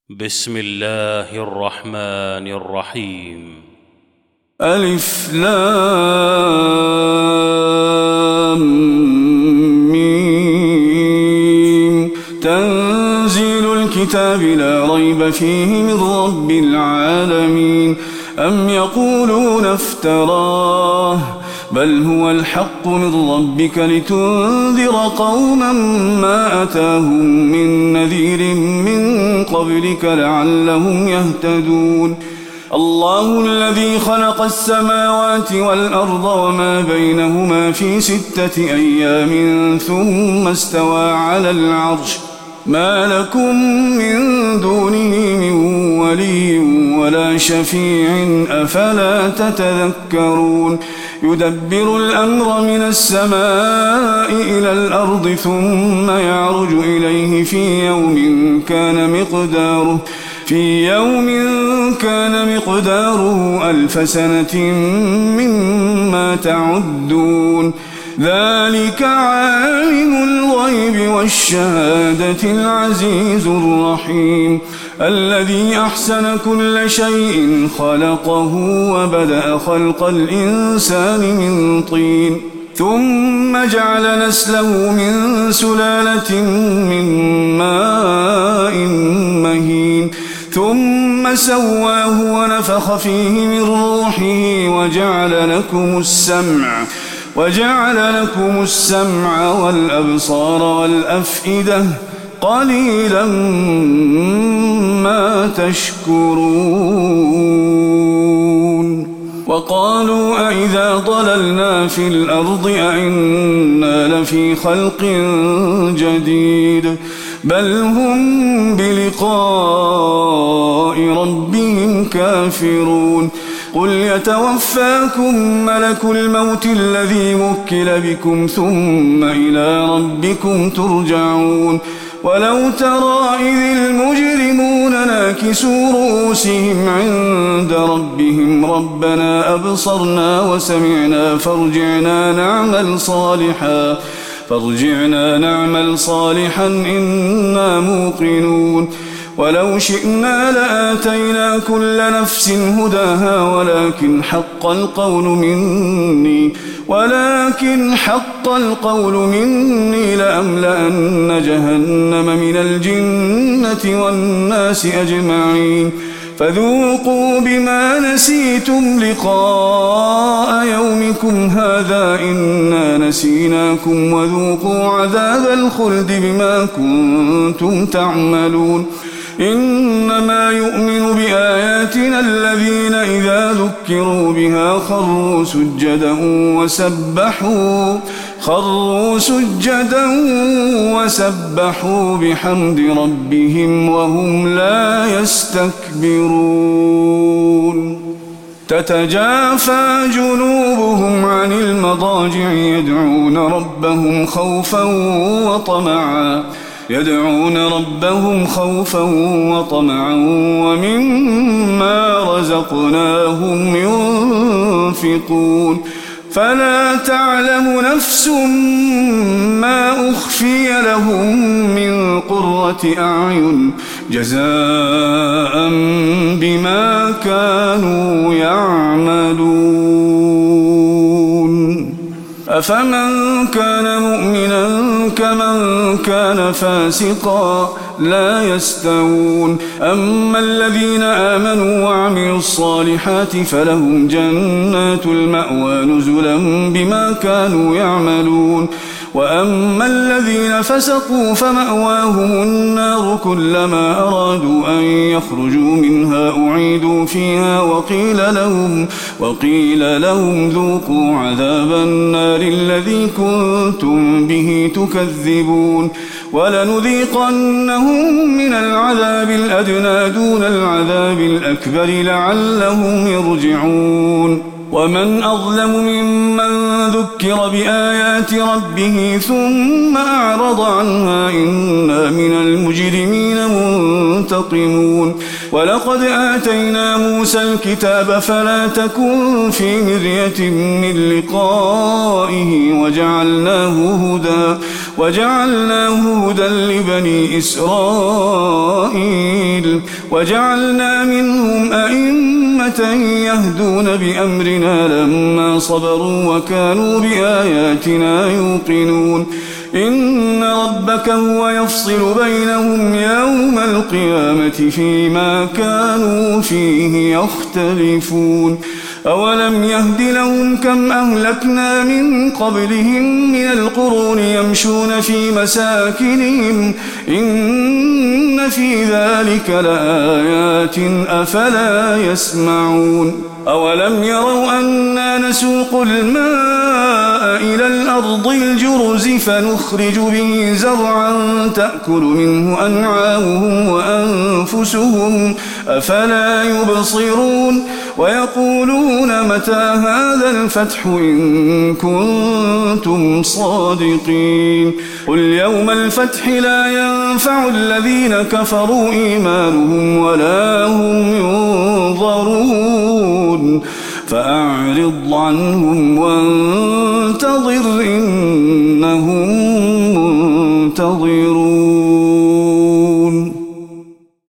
بسم الله الرحمن الرحيم. ألف لام ميم. تنزيل الكتاب لا ريب فيه من رب العالمين. أم يقولون افتراه بل هو الحق من ربك لتنذر قوما ما أتاهم من نذير من قبلك لعلهم يهتدون. الله الذي خلق السماوات والأرض وما بينهما في 6 أيام ثم استوى على العرش ما لكم من دونه من ولي ولا شفيع أفلا تتذكرون. يدبر الأمر من السماء إلى الأرض ثم يعرج إليه في يوم كان مقداره 1000 سنة مما تعدون. ذلك عالم الغيب والشهادة العزيز الرحيم الذي أحسن كل شيء خلقه وبدأ خلق الإنسان من طين ثم جعل نسله من سلالة من ماء مهين ثم سواه ونفخ فيه من روحه وجعل لكم السمع والأبصار والأفئدة قليلا ما تشكرون. وقالوا أئذا ضللنا في الأرض أئنا لفي خلق جديد بل هم بلقاء ربهم كافرون. قل يتوفاكم ملك الموت الذي وكل بكم ثم إلى ربكم ترجعون. ولو ترى إذ المجرمون ناكسوا رؤوسهم عند ربهم ربنا أبصرنا وسمعنا فارجعنا نعمل صالحا إنا موقنون. ولو شئنا لآتينا كل نفس هداها ولكن حق القول مني لأملأن جهنم من الجنة والناس أجمعين. فذوقوا بما نسيتم لقاء يومكم هذا إنا نسيناكم وذوقوا عذاب الخلد بما كنتم تعملون. إنما يؤمن بآياتنا الذين إذا ذكروا بها خروا سجدا وسبحوا بحمد ربهم وهم لا يستكبرون. تتجافى جنوبهم عن المضاجع يدعون ربهم خوفا وطمعا ومما رزقناهم ينفقون. فلا تعلم نفس ما أخفي لهم من قرة أعين جزاء بما كانوا يعملون. أفمن كان مؤمنا كمن كان فاسقا لا يستوون. أما الذين آمنوا وعملوا الصالحات فلهم جنات المأوى نزلا بما كانوا يعملون. وأما الذين فسقوا فمأواهم النار كلما أرادوا أن يخرجوا منها أعيدوا فيها وقيل لهم ذوقوا عذاب النار الذي كنتم به تكذبون. ولنذيقنهم من العذاب الأدنى دون العذاب الأكبر لعلهم يرجعون. ومن أظلم ممن ذكر بآيات ربه ثم أعرض عنها إنا من المجرمين منتقمون. ولقد آتينا موسى الكتاب فلا تكن في مرية من لقائه وجعلناه هدى لبني إسرائيل وجعلنا منهم أئمة يهدون بأمرنا لما صبروا وكانوا بآياتنا يوقنون إن ربك هو يفصل بينهم يوم القيامة فيما كانوا فيه يختلفون أولم يهد لهم كم أهلكنا من قبلهم من القرون يمشون في مساكنهم إن في ذلك لآيات أفلا يسمعون أولم يروا أنا نسوق الماء إلى الأرض الجرز فنخرج به زرعا تأكل منه أنعامهم وأنفسهم أفلا يبصرون ويقولون متى هذا الفتح إن كنتم صادقين قل يوم الفتح لا ينفع الذين كفروا إيمانهم ولا هم ينظرون فأعرض عنهم وانتظر إنهم منتظرون